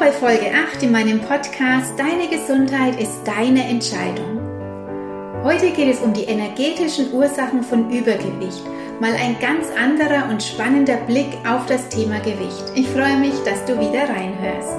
bei Folge 8 in meinem Podcast Deine Gesundheit ist deine Entscheidung. Heute geht es um die energetischen Ursachen von Übergewicht. Mal ein ganz anderer und spannender Blick auf das Thema Gewicht. Ich freue mich, dass du wieder reinhörst.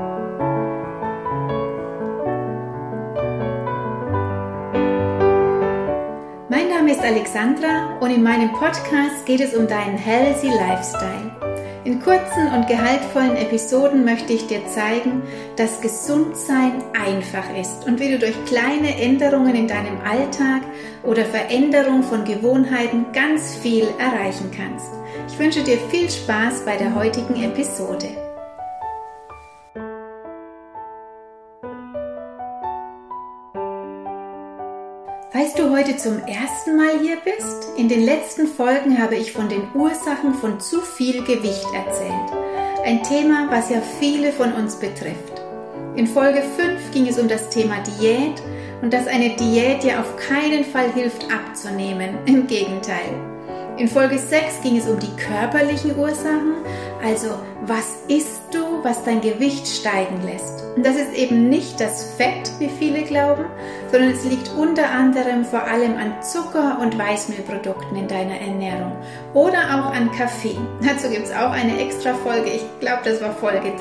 Mein Name ist Alexandra und in meinem Podcast geht es um deinen Healthy Lifestyle. In kurzen und gehaltvollen Episoden möchte ich dir zeigen, dass Gesundsein einfach ist und wie du durch kleine Änderungen in deinem Alltag oder Veränderung von Gewohnheiten ganz viel erreichen kannst. Ich wünsche dir viel Spaß bei der heutigen Episode. Falls du heute zum ersten Mal hier bist, in den letzten Folgen habe ich von den Ursachen von zu viel Gewicht erzählt. Ein Thema, was ja viele von uns betrifft. In Folge 5 ging es um das Thema Diät und dass eine Diät ja auf keinen Fall hilft abzunehmen, im Gegenteil. In Folge 6 ging es um die körperlichen Ursachen, also was isst du, was dein Gewicht steigen lässt. Und das ist eben nicht das Fett, wie viele glauben, sondern es liegt unter anderem vor allem an Zucker und Weißmehlprodukten in deiner Ernährung oder auch an Kaffee. Dazu gibt es auch eine extra Folge, ich glaube, das war Folge 3.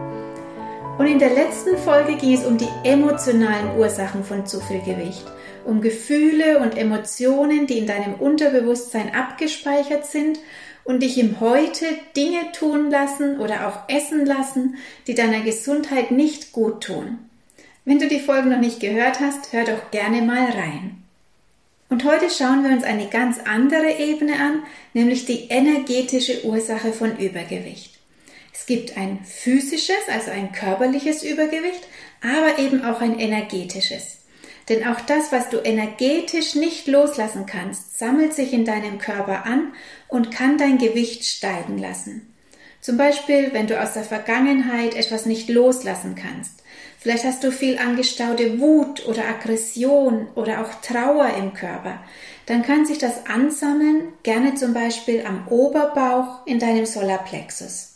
Und in der letzten Folge ging es um die emotionalen Ursachen von zu viel Gewicht. Um Gefühle und Emotionen, die in deinem Unterbewusstsein abgespeichert sind und dich im Heute Dinge tun lassen oder auch essen lassen, die deiner Gesundheit nicht gut tun. Wenn du die Folgen noch nicht gehört hast, hör doch gerne mal rein. Und heute schauen wir uns eine ganz andere Ebene an, nämlich die energetische Ursache von Übergewicht. Es gibt ein physisches, also ein körperliches Übergewicht, aber eben auch ein energetisches. Denn auch das, was du energetisch nicht loslassen kannst, sammelt sich in deinem Körper an und kann dein Gewicht steigen lassen. Zum Beispiel, wenn du aus der Vergangenheit etwas nicht loslassen kannst. Vielleicht hast du viel angestaute Wut oder Aggression oder auch Trauer im Körper. Dann kann sich das ansammeln, gerne zum Beispiel am Oberbauch in deinem Solarplexus.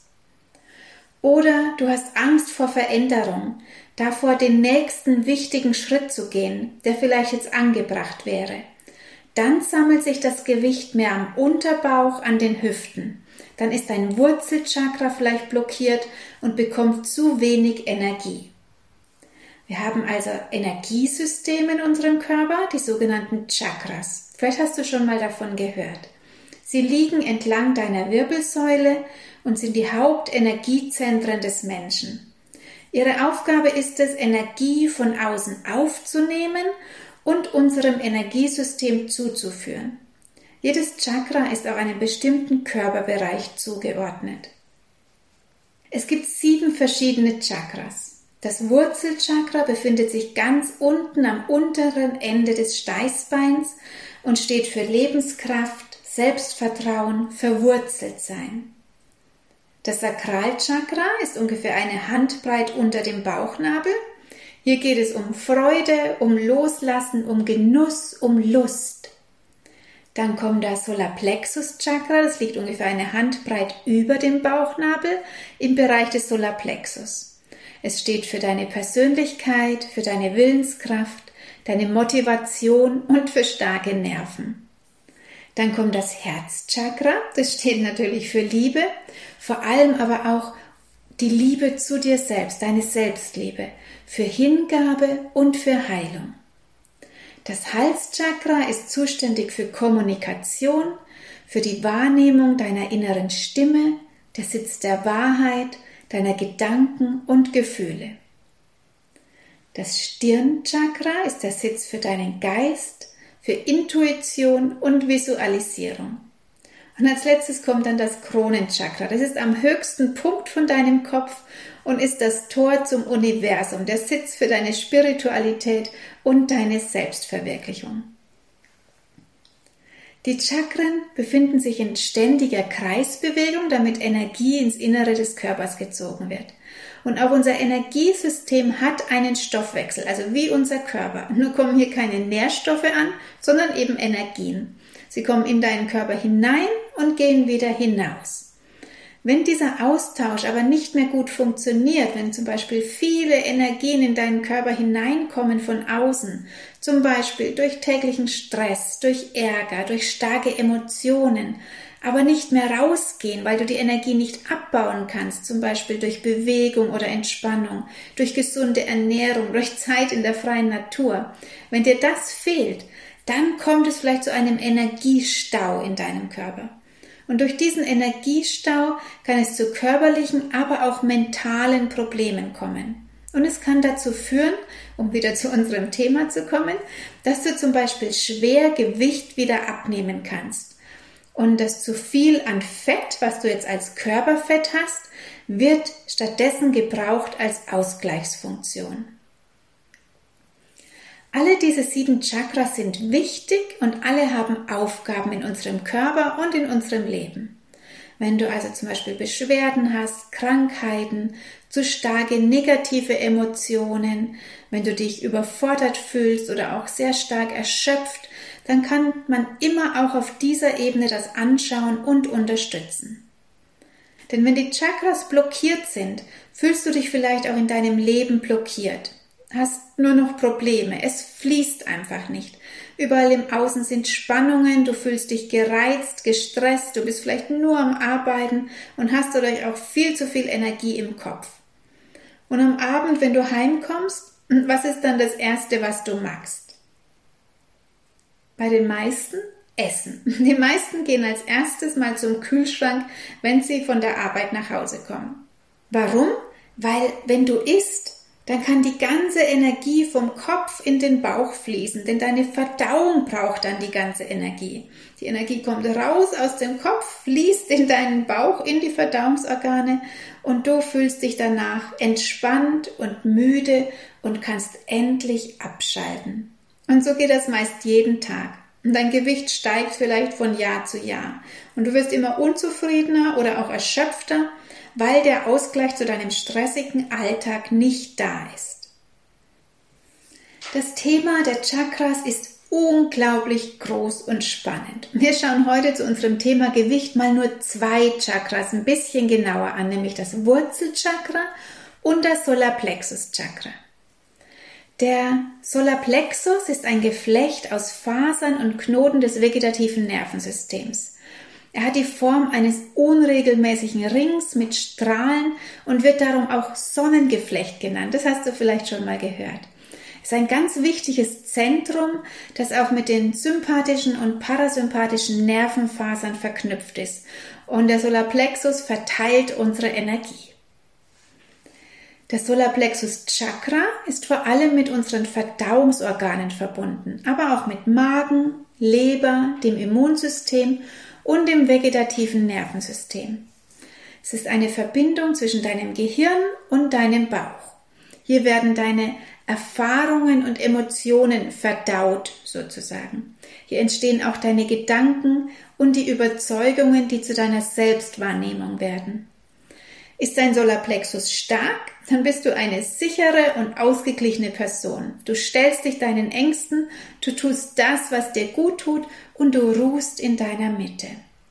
Oder du hast Angst vor Veränderung, davor den nächsten wichtigen Schritt zu gehen, der vielleicht jetzt angebracht wäre. Dann sammelt sich das Gewicht mehr am Unterbauch, an den Hüften. Dann ist dein Wurzelchakra vielleicht blockiert und bekommt zu wenig Energie. Wir haben also Energiesysteme in unserem Körper, die sogenannten Chakras. Vielleicht hast du schon mal davon gehört. Sie liegen entlang deiner Wirbelsäule und sind die Hauptenergiezentren des Menschen. Ihre Aufgabe ist es, Energie von außen aufzunehmen und unserem Energiesystem zuzuführen. Jedes Chakra ist auch einem bestimmten Körperbereich zugeordnet. Es gibt 7 verschiedene Chakras. Das Wurzelchakra befindet sich ganz unten am unteren Ende des Steißbeins und steht für Lebenskraft, Selbstvertrauen, Verwurzeltsein. Das Sakralchakra ist ungefähr eine Handbreit unter dem Bauchnabel. Hier geht es um Freude, um Loslassen, um Genuss, um Lust. Dann kommt das Solarplexus-Chakra, das liegt ungefähr eine Handbreit über dem Bauchnabel im Bereich des Solarplexus. Es steht für deine Persönlichkeit, für deine Willenskraft, deine Motivation und für starke Nerven. Dann kommt das Herzchakra, das steht natürlich für Liebe, vor allem aber auch die Liebe zu dir selbst, deine Selbstliebe, für Hingabe und für Heilung. Das Halschakra ist zuständig für Kommunikation, für die Wahrnehmung deiner inneren Stimme, der Sitz der Wahrheit, deiner Gedanken und Gefühle. Das Stirnchakra ist der Sitz für deinen Geist, für Intuition und Visualisierung. Und als letztes kommt dann das Kronenchakra. Das ist am höchsten Punkt von deinem Kopf und ist das Tor zum Universum, der Sitz für deine Spiritualität und deine Selbstverwirklichung. Die Chakren befinden sich in ständiger Kreisbewegung, damit Energie ins Innere des Körpers gezogen wird. Und auch unser Energiesystem hat einen Stoffwechsel, also wie unser Körper. Nur kommen hier keine Nährstoffe an, sondern eben Energien. Sie kommen in deinen Körper hinein und gehen wieder hinaus. Wenn dieser Austausch aber nicht mehr gut funktioniert, wenn zum Beispiel viele Energien in deinen Körper hineinkommen von außen, zum Beispiel durch täglichen Stress, durch Ärger, durch starke Emotionen, aber nicht mehr rausgehen, weil du die Energie nicht abbauen kannst, zum Beispiel durch Bewegung oder Entspannung, durch gesunde Ernährung, durch Zeit in der freien Natur. Wenn dir das fehlt, dann kommt es vielleicht zu einem Energiestau in deinem Körper. Und durch diesen Energiestau kann es zu körperlichen, aber auch mentalen Problemen kommen. Und es kann dazu führen, um wieder zu unserem Thema zu kommen, dass du zum Beispiel schwer Gewicht wieder abnehmen kannst. Und das zu viel an Fett, was du jetzt als Körperfett hast, wird stattdessen gebraucht als Ausgleichsfunktion. Alle diese 7 Chakras sind wichtig und alle haben Aufgaben in unserem Körper und in unserem Leben. Wenn du also zum Beispiel Beschwerden hast, Krankheiten, zu starke negative Emotionen, wenn du dich überfordert fühlst oder auch sehr stark erschöpft, dann kann man immer auch auf dieser Ebene das anschauen und unterstützen. Denn wenn die Chakras blockiert sind, fühlst du dich vielleicht auch in deinem Leben blockiert. Hast nur noch Probleme, es fließt einfach nicht. Überall im Außen sind Spannungen, du fühlst dich gereizt, gestresst, du bist vielleicht nur am Arbeiten und hast dadurch auch viel zu viel Energie im Kopf. Und am Abend, wenn du heimkommst, was ist dann das Erste, was du machst? Bei den meisten Essen. Die meisten gehen als erstes mal zum Kühlschrank, wenn sie von der Arbeit nach Hause kommen. Warum? Weil wenn du isst, dann kann die ganze Energie vom Kopf in den Bauch fließen, denn deine Verdauung braucht dann die ganze Energie. Die Energie kommt raus aus dem Kopf, fließt in deinen Bauch, in die Verdauungsorgane und du fühlst dich danach entspannt und müde und kannst endlich abschalten. Und so geht das meist jeden Tag. Und dein Gewicht steigt vielleicht von Jahr zu Jahr. Und du wirst immer unzufriedener oder auch erschöpfter, weil der Ausgleich zu deinem stressigen Alltag nicht da ist. Das Thema der Chakras ist unglaublich groß und spannend. Wir schauen heute zu unserem Thema Gewicht mal nur 2 Chakras ein bisschen genauer an, nämlich das Wurzelchakra und das Solarplexus-Chakra. Der Solarplexus ist ein Geflecht aus Fasern und Knoten des vegetativen Nervensystems. Er hat die Form eines unregelmäßigen Rings mit Strahlen und wird darum auch Sonnengeflecht genannt. Das hast du vielleicht schon mal gehört. Es ist ein ganz wichtiges Zentrum, das auch mit den sympathischen und parasympathischen Nervenfasern verknüpft ist. Und der Solarplexus verteilt unsere Energie. Das Solarplexus Chakra ist vor allem mit unseren Verdauungsorganen verbunden, aber auch mit Magen, Leber, dem Immunsystem und dem vegetativen Nervensystem. Es ist eine Verbindung zwischen deinem Gehirn und deinem Bauch. Hier werden deine Erfahrungen und Emotionen verdaut sozusagen. Hier entstehen auch deine Gedanken und die Überzeugungen, die zu deiner Selbstwahrnehmung werden. Ist dein Solarplexus stark, dann bist du eine sichere und ausgeglichene Person. Du stellst dich deinen Ängsten, du tust das, was dir gut tut und du ruhst in deiner Mitte.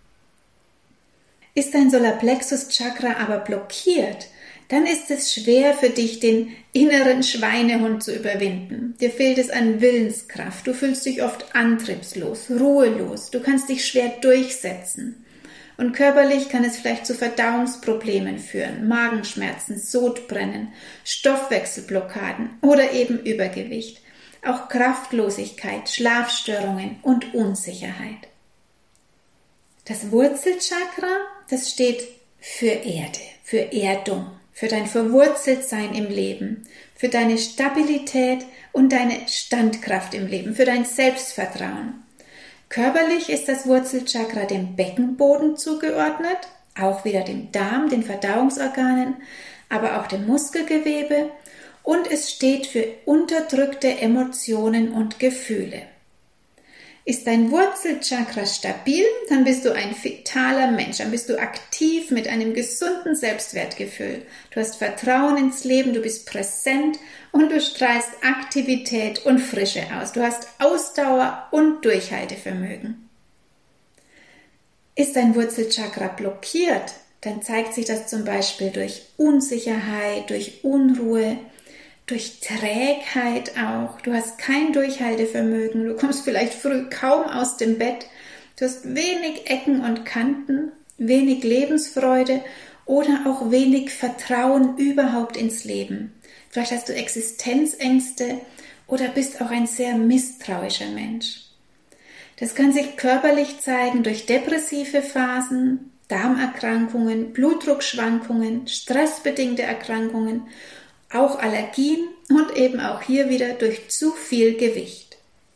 Ist dein Solarplexus-Chakra aber blockiert, dann ist es schwer für dich, den inneren Schweinehund zu überwinden. Dir fehlt es an Willenskraft, du fühlst dich oft antriebslos, ruhelos, du kannst dich schwer durchsetzen. Und körperlich kann es vielleicht zu Verdauungsproblemen führen, Magenschmerzen, Sodbrennen, Stoffwechselblockaden oder eben Übergewicht, auch Kraftlosigkeit, Schlafstörungen und Unsicherheit. Das Wurzelchakra, das steht für Erde, für Erdung, für dein Verwurzeltsein im Leben, für deine Stabilität und deine Standkraft im Leben, für dein Selbstvertrauen. Körperlich ist das Wurzelchakra dem Beckenboden zugeordnet, auch wieder dem Darm, den Verdauungsorganen, aber auch dem Muskelgewebe und es steht für unterdrückte Emotionen und Gefühle. Ist dein Wurzelchakra stabil, dann bist du ein vitaler Mensch, dann bist du aktiv mit einem gesunden Selbstwertgefühl. Du hast Vertrauen ins Leben, du bist präsent und du strahlst Aktivität und Frische aus. Du hast Ausdauer und Durchhaltevermögen. Ist dein Wurzelchakra blockiert, dann zeigt sich das zum Beispiel durch Unsicherheit, durch Unruhe, durch Trägheit auch. Du hast kein Durchhaltevermögen, du kommst vielleicht früh kaum aus dem Bett, du hast wenig Ecken und Kanten, wenig Lebensfreude oder auch wenig Vertrauen überhaupt ins Leben. Vielleicht hast du Existenzängste oder bist auch ein sehr misstrauischer Mensch. Das kann sich körperlich zeigen durch depressive Phasen, Darmerkrankungen, Blutdruckschwankungen, stressbedingte Erkrankungen, auch Allergien und eben auch hier wieder durch zu viel Gewicht.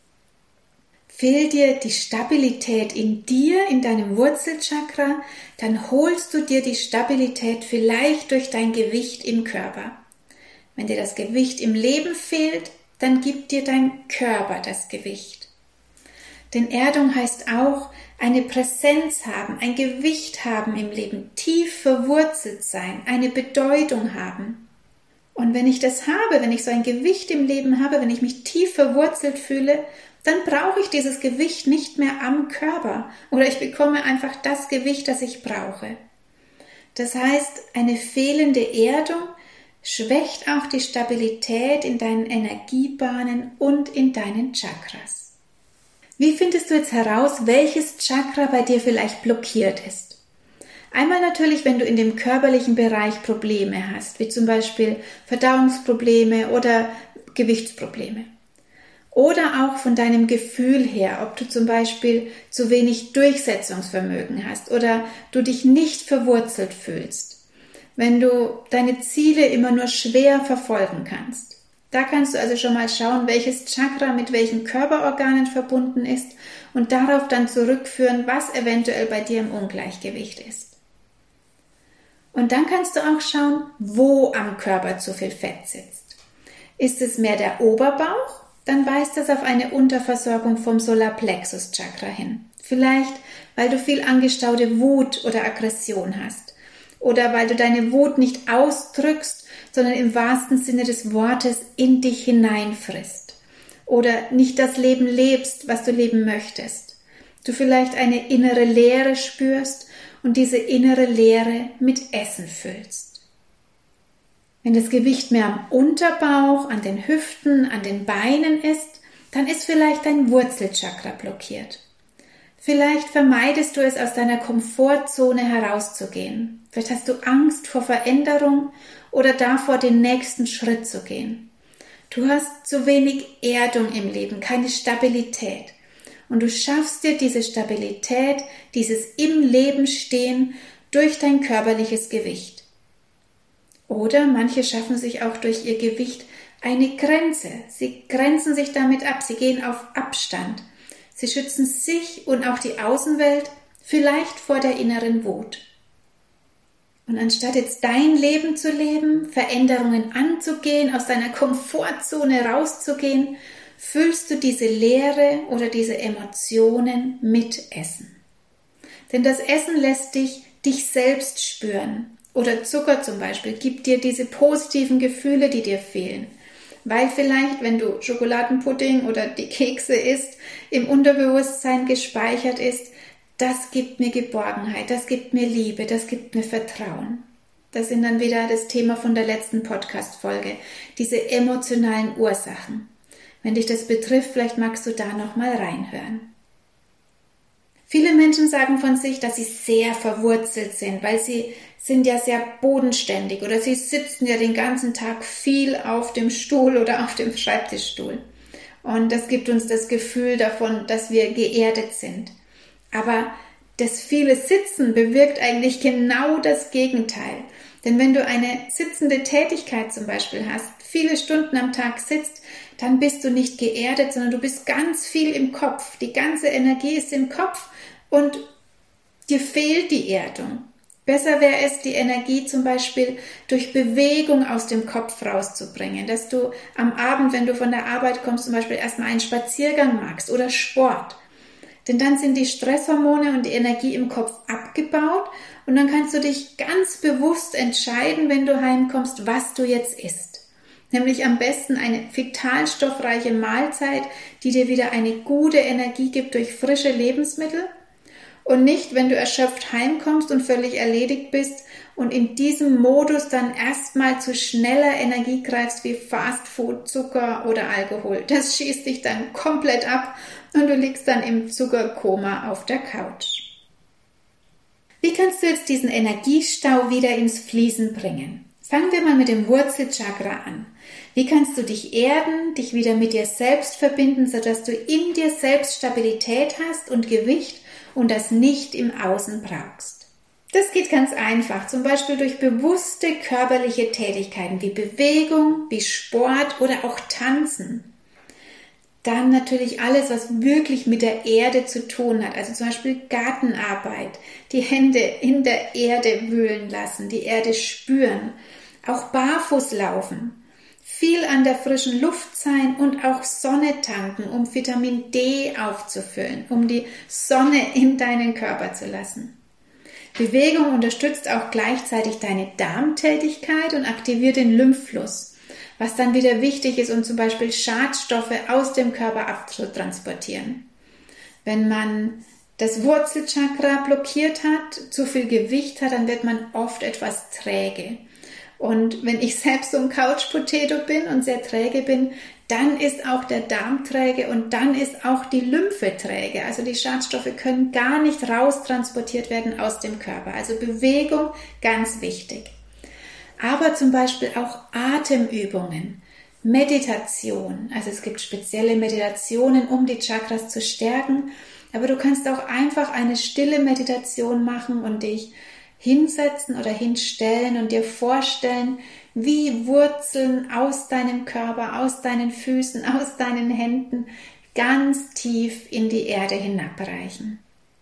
Fehlt dir die Stabilität in dir, in deinem Wurzelchakra, dann holst du dir die Stabilität vielleicht durch dein Gewicht im Körper. Wenn dir das Gewicht im Leben fehlt, dann gibt dir dein Körper das Gewicht. Denn Erdung heißt auch eine Präsenz haben, ein Gewicht haben im Leben, tief verwurzelt sein, eine Bedeutung haben. Und wenn ich das habe, wenn ich so ein Gewicht im Leben habe, wenn ich mich tief verwurzelt fühle, dann brauche ich dieses Gewicht nicht mehr am Körper oder ich bekomme einfach das Gewicht, das ich brauche. Das heißt, eine fehlende Erdung schwächt auch die Stabilität in deinen Energiebahnen und in deinen Chakras. Wie findest du jetzt heraus, welches Chakra bei dir vielleicht blockiert ist? Einmal natürlich, wenn du in dem körperlichen Bereich Probleme hast, wie zum Beispiel Verdauungsprobleme oder Gewichtsprobleme. Oder auch von deinem Gefühl her, ob du zum Beispiel zu wenig Durchsetzungsvermögen hast oder du dich nicht verwurzelt fühlst. Wenn du deine Ziele immer nur schwer verfolgen kannst. Da kannst du also schon mal schauen, welches Chakra mit welchen Körperorganen verbunden ist und darauf dann zurückführen, was eventuell bei dir im Ungleichgewicht ist. Und dann kannst du auch schauen, wo am Körper zu viel Fett sitzt. Ist es mehr der Oberbauch? Dann weist das auf eine Unterversorgung vom Solarplexus-Chakra hin. Vielleicht, weil du viel angestaute Wut oder Aggression hast. Oder weil du deine Wut nicht ausdrückst, sondern im wahrsten Sinne des Wortes in dich hineinfrisst. Oder nicht das Leben lebst, was du leben möchtest. Du vielleicht eine innere Leere spürst und diese innere Leere mit Essen füllst. Wenn das Gewicht mehr am Unterbauch, an den Hüften, an den Beinen ist, dann ist vielleicht dein Wurzelchakra blockiert. Vielleicht vermeidest du es, aus deiner Komfortzone herauszugehen. Vielleicht hast du Angst vor Veränderung oder davor, den nächsten Schritt zu gehen. Du hast zu wenig Erdung im Leben, keine Stabilität. Und du schaffst dir diese Stabilität, dieses im Leben stehen durch dein körperliches Gewicht. Oder manche schaffen sich auch durch ihr Gewicht eine Grenze. Sie grenzen sich damit ab, sie gehen auf Abstand. Sie schützen sich und auch die Außenwelt vielleicht vor der inneren Wut. Und anstatt jetzt dein Leben zu leben, Veränderungen anzugehen, aus deiner Komfortzone rauszugehen, füllst du diese Leere oder diese Emotionen mit Essen. Denn das Essen lässt dich selbst spüren. Oder Zucker zum Beispiel gibt dir diese positiven Gefühle, die dir fehlen. Weil vielleicht, wenn du Schokoladenpudding oder die Kekse isst, im Unterbewusstsein gespeichert ist, das gibt mir Geborgenheit, das gibt mir Liebe, das gibt mir Vertrauen. Das sind dann wieder das Thema von der letzten Podcast-Folge, diese emotionalen Ursachen. Wenn dich das betrifft, vielleicht magst du da nochmal reinhören. Viele Menschen sagen von sich, dass sie sehr verwurzelt sind, weil sie sind ja sehr bodenständig oder sie sitzen ja den ganzen Tag viel auf dem Stuhl oder auf dem Schreibtischstuhl. Und das gibt uns das Gefühl davon, dass wir geerdet sind. Aber das viele Sitzen bewirkt eigentlich genau das Gegenteil. Denn wenn du eine sitzende Tätigkeit zum Beispiel hast, viele Stunden am Tag sitzt, dann bist du nicht geerdet, sondern du bist ganz viel im Kopf. Die ganze Energie ist im Kopf und dir fehlt die Erdung. Besser wäre es, die Energie zum Beispiel durch Bewegung aus dem Kopf rauszubringen, dass du am Abend, wenn du von der Arbeit kommst, zum Beispiel erstmal einen Spaziergang machst oder Sport. Denn dann sind die Stresshormone und die Energie im Kopf abgebaut und dann kannst du dich ganz bewusst entscheiden, wenn du heimkommst, was du jetzt isst. Nämlich am besten eine vitalstoffreiche Mahlzeit, die dir wieder eine gute Energie gibt durch frische Lebensmittel. Und nicht, wenn du erschöpft heimkommst und völlig erledigt bist und in diesem Modus dann erstmal zu schneller Energie greifst wie Fastfood, Zucker oder Alkohol. Das schießt dich dann komplett ab und du liegst dann im Zuckerkoma auf der Couch. Wie kannst du jetzt diesen Energiestau wieder ins Fließen bringen? Fangen wir mal mit dem Wurzelchakra an. Wie kannst du dich erden, dich wieder mit dir selbst verbinden, sodass du in dir selbst Stabilität hast und Gewicht und das nicht im Außen brauchst? Das geht ganz einfach, zum Beispiel durch bewusste körperliche Tätigkeiten wie Bewegung, wie Sport oder auch Tanzen. Dann natürlich alles, was wirklich mit der Erde zu tun hat, also zum Beispiel Gartenarbeit, die Hände in der Erde wühlen lassen, die Erde spüren, auch barfuß laufen, viel an der frischen Luft sein und auch Sonne tanken, um Vitamin D aufzufüllen, um die Sonne in deinen Körper zu lassen. Bewegung unterstützt auch gleichzeitig deine Darmtätigkeit und aktiviert den Lymphfluss, was dann wieder wichtig ist, um zum Beispiel Schadstoffe aus dem Körper abzutransportieren. Wenn man das Wurzelchakra blockiert hat, zu viel Gewicht hat, dann wird man oft etwas träge. Und wenn ich selbst so ein Couch-Potato bin und sehr träge bin, dann ist auch der Darm träge und dann ist auch die Lymphe träge. Also die Schadstoffe können gar nicht raustransportiert werden aus dem Körper. Also Bewegung, ganz wichtig. Aber zum Beispiel auch Atemübungen, Meditation. Also es gibt spezielle Meditationen, um die Chakras zu stärken. Aber du kannst auch einfach eine stille Meditation machen und dich hinsetzen oder hinstellen und dir vorstellen, wie Wurzeln aus deinem Körper, aus deinen Füßen, aus deinen Händen ganz tief in die Erde hinabreichen.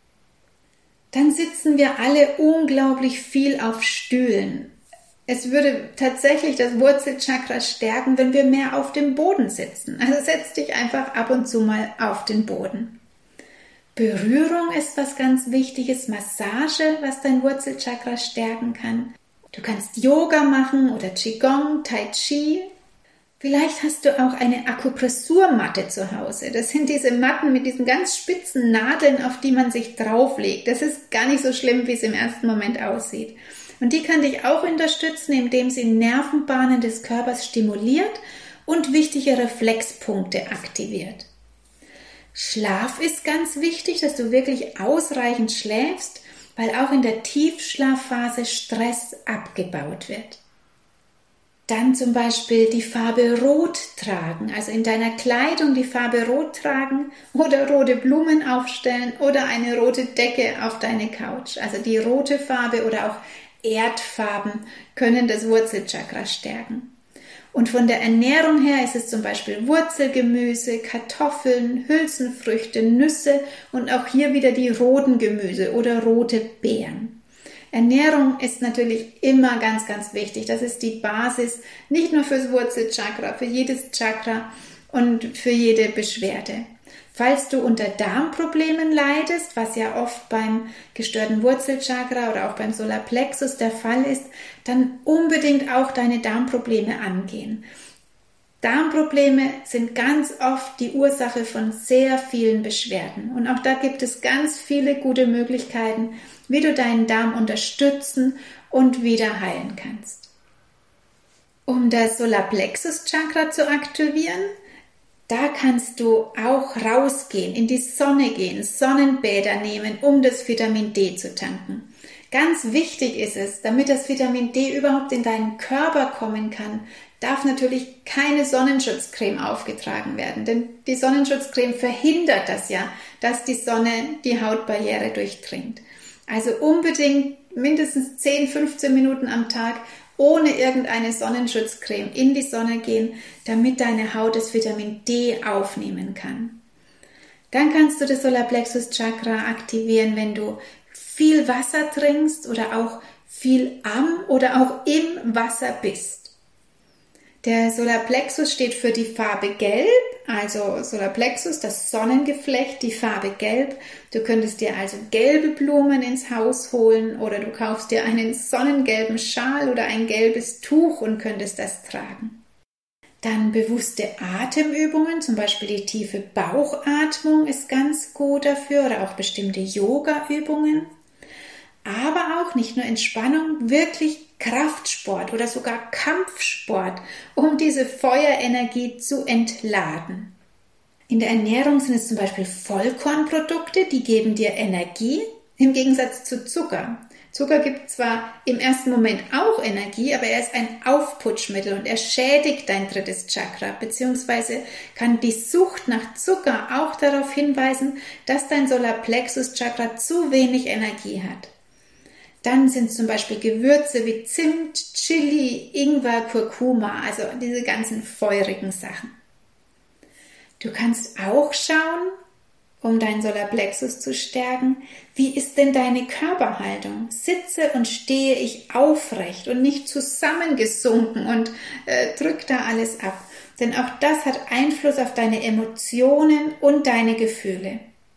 Dann sitzen wir alle unglaublich viel auf Stühlen. Es würde tatsächlich das Wurzelchakra stärken, wenn wir mehr auf dem Boden sitzen. Also setz dich einfach ab und zu mal auf den Boden. Berührung ist was ganz Wichtiges, Massage, was dein Wurzelchakra stärken kann. Du kannst Yoga machen oder Qigong, Tai Chi. Vielleicht hast du auch eine Akupressurmatte zu Hause. Das sind diese Matten mit diesen ganz spitzen Nadeln, auf die man sich drauflegt. Das ist gar nicht so schlimm, wie es im ersten Moment aussieht. Und die kann dich auch unterstützen, indem sie Nervenbahnen des Körpers stimuliert und wichtige Reflexpunkte aktiviert. Schlaf ist ganz wichtig, dass du wirklich ausreichend schläfst, weil auch in der Tiefschlafphase Stress abgebaut wird. Dann zum Beispiel die Farbe Rot tragen, also in deiner Kleidung die Farbe Rot tragen oder rote Blumen aufstellen oder eine rote Decke auf deine Couch. Also die rote Farbe oder auch Erdfarben können das Wurzelchakra stärken. Und von der Ernährung her ist es zum Beispiel Wurzelgemüse, Kartoffeln, Hülsenfrüchte, Nüsse und auch hier wieder die roten Gemüse oder rote Beeren. Ernährung ist natürlich immer ganz, ganz wichtig. Das ist die Basis, nicht nur fürs Wurzelchakra, für jedes Chakra und für jede Beschwerde. Falls du unter Darmproblemen leidest, was ja oft beim gestörten Wurzelchakra oder auch beim Solarplexus der Fall ist, dann unbedingt auch deine Darmprobleme angehen. Darmprobleme sind ganz oft die Ursache von sehr vielen Beschwerden. Und auch da gibt es ganz viele gute Möglichkeiten, wie du deinen Darm unterstützen und wieder heilen kannst. Um das Solarplexus-Chakra zu aktivieren, da kannst du auch rausgehen, in die Sonne gehen, Sonnenbäder nehmen, um das Vitamin D zu tanken. Ganz wichtig ist es, damit das Vitamin D überhaupt in deinen Körper kommen kann, darf natürlich keine Sonnenschutzcreme aufgetragen werden, denn die Sonnenschutzcreme verhindert das ja, dass die Sonne die Hautbarriere durchdringt. Also unbedingt mindestens 10-15 Minuten am Tag ohne irgendeine Sonnenschutzcreme in die Sonne gehen, damit deine Haut das Vitamin D aufnehmen kann. Dann kannst du das Solarplexus-Chakra aktivieren, wenn du viel Wasser trinkst oder auch viel am oder auch im Wasser bist. Der Solarplexus steht für die Farbe Gelb, also Solarplexus, das Sonnengeflecht, die Farbe Gelb. Du könntest dir also gelbe Blumen ins Haus holen oder du kaufst dir einen sonnengelben Schal oder ein gelbes Tuch und könntest das tragen. Dann bewusste Atemübungen, zum Beispiel die tiefe Bauchatmung ist ganz gut dafür oder auch bestimmte Yoga-Übungen. Aber auch nicht nur Entspannung, wirklich Kraftsport oder sogar Kampfsport, um diese Feuerenergie zu entladen. In der Ernährung sind es zum Beispiel Vollkornprodukte, die geben dir Energie im Gegensatz zu Zucker. Zucker gibt zwar im ersten Moment auch Energie, aber er ist ein Aufputschmittel und er schädigt dein drittes Chakra, beziehungsweise kann die Sucht nach Zucker auch darauf hinweisen, dass dein Solarplexus-Chakra zu wenig Energie hat. Dann sind zum Beispiel Gewürze wie Zimt, Chili, Ingwer, Kurkuma, also diese ganzen feurigen Sachen. Du kannst auch schauen, um deinen Solarplexus zu stärken, wie ist denn deine Körperhaltung? Sitze und stehe ich aufrecht und nicht zusammengesunken und drück da alles ab. Denn auch das hat Einfluss auf deine Emotionen und deine Gefühle.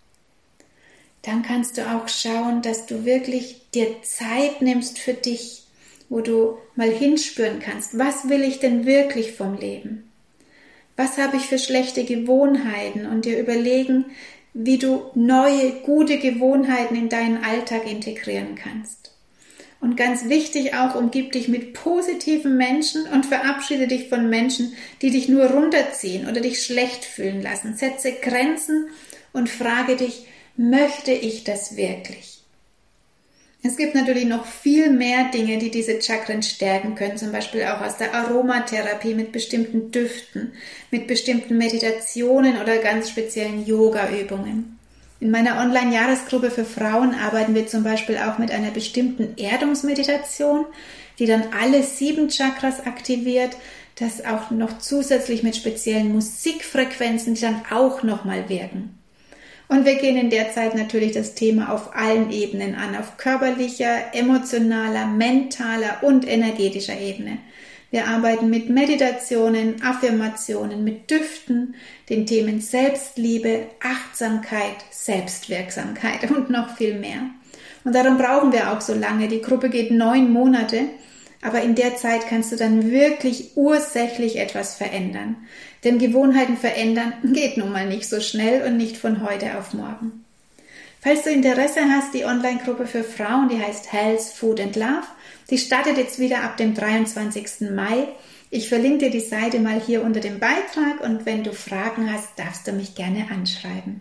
Dann kannst du auch schauen, dass du wirklich dir Zeit nimmst für dich, wo du mal hinspüren kannst, was will ich denn wirklich vom Leben? Was habe ich für schlechte Gewohnheiten? Und dir überlegen, wie du neue, gute Gewohnheiten in deinen Alltag integrieren kannst. Und ganz wichtig auch, umgib dich mit positiven Menschen und verabschiede dich von Menschen, die dich nur runterziehen oder dich schlecht fühlen lassen. Setze Grenzen und frage dich, möchte ich das wirklich? Es gibt natürlich noch viel mehr Dinge, die diese Chakren stärken können, zum Beispiel auch aus der Aromatherapie mit bestimmten Düften, mit bestimmten Meditationen oder ganz speziellen Yoga-Übungen. In meiner Online-Jahresgruppe für Frauen arbeiten wir zum Beispiel auch mit einer bestimmten Erdungsmeditation, die dann alle 7 Chakras aktiviert, das auch noch zusätzlich mit speziellen Musikfrequenzen, die dann auch nochmal wirken. Und wir gehen in der Zeit natürlich das Thema auf allen Ebenen an, auf körperlicher, emotionaler, mentaler und energetischer Ebene. Wir arbeiten mit Meditationen, Affirmationen, mit Düften, den Themen Selbstliebe, Achtsamkeit, Selbstwirksamkeit und noch viel mehr. Und darum brauchen wir auch so lange. Die Gruppe geht 9 Monate, aber in der Zeit kannst du dann wirklich ursächlich etwas verändern. Denn Gewohnheiten verändern geht nun mal nicht so schnell und nicht von heute auf morgen. Falls du Interesse hast, die Online-Gruppe für Frauen, die heißt Health, Food and Love, die startet jetzt wieder ab dem 23. Mai. Ich verlinke dir die Seite mal hier unter dem Beitrag und wenn du Fragen hast, darfst du mich gerne anschreiben.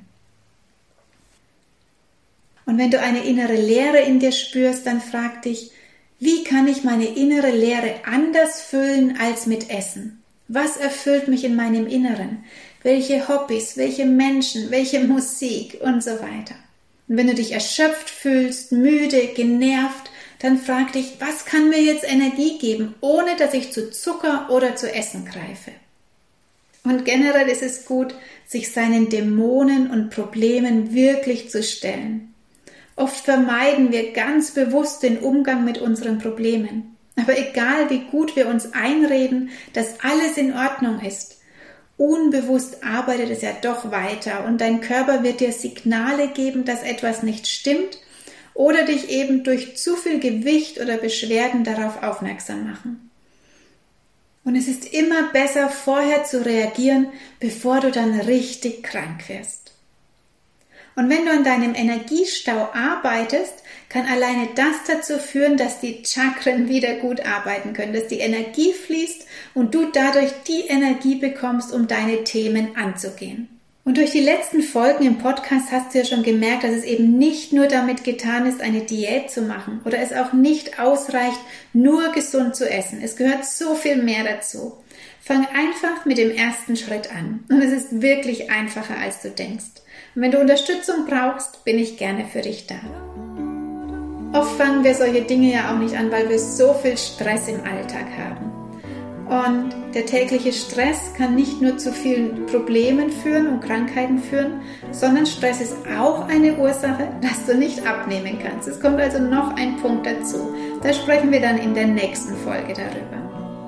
Und wenn du eine innere Leere in dir spürst, dann frag dich, wie kann ich meine innere Leere anders füllen als mit Essen? Was erfüllt mich in meinem Inneren? Welche Hobbys, welche Menschen, welche Musik und so weiter. Und wenn du dich erschöpft fühlst, müde, genervt, dann frag dich, was kann mir jetzt Energie geben, ohne dass ich zu Zucker oder zu Essen greife? Und generell ist es gut, sich seinen Dämonen und Problemen wirklich zu stellen. Oft vermeiden wir ganz bewusst den Umgang mit unseren Problemen. Aber egal, wie gut wir uns einreden, dass alles in Ordnung ist, unbewusst arbeitet es ja doch weiter und dein Körper wird dir Signale geben, dass etwas nicht stimmt oder dich eben durch zu viel Gewicht oder Beschwerden darauf aufmerksam machen. Und es ist immer besser, vorher zu reagieren, bevor du dann richtig krank wirst. Und wenn du an deinem Energiestau arbeitest, kann alleine das dazu führen, dass die Chakren wieder gut arbeiten können, dass die Energie fließt und du dadurch die Energie bekommst, um deine Themen anzugehen. Und durch die letzten Folgen im Podcast hast du ja schon gemerkt, dass es eben nicht nur damit getan ist, eine Diät zu machen oder es auch nicht ausreicht, nur gesund zu essen. Es gehört so viel mehr dazu. Fang einfach mit dem ersten Schritt an und es ist wirklich einfacher, als du denkst. Und wenn du Unterstützung brauchst, bin ich gerne für dich da. Oft fangen wir solche Dinge ja auch nicht an, weil wir so viel Stress im Alltag haben. Und der tägliche Stress kann nicht nur zu vielen Problemen führen und Krankheiten führen, sondern Stress ist auch eine Ursache, dass du nicht abnehmen kannst. Es kommt also noch ein Punkt dazu. Da sprechen wir dann in der nächsten Folge darüber.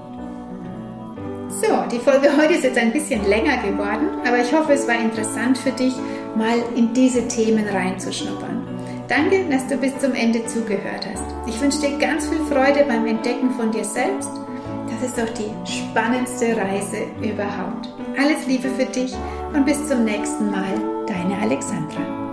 So, die Folge heute ist jetzt ein bisschen länger geworden, aber ich hoffe, es war interessant für dich, mal in diese Themen reinzuschnuppern. Danke, dass du bis zum Ende zugehört hast. Ich wünsche dir ganz viel Freude beim Entdecken von dir selbst, Das ist doch die spannendste Reise überhaupt. Alles Liebe für dich und bis zum nächsten Mal, deine Alexandra.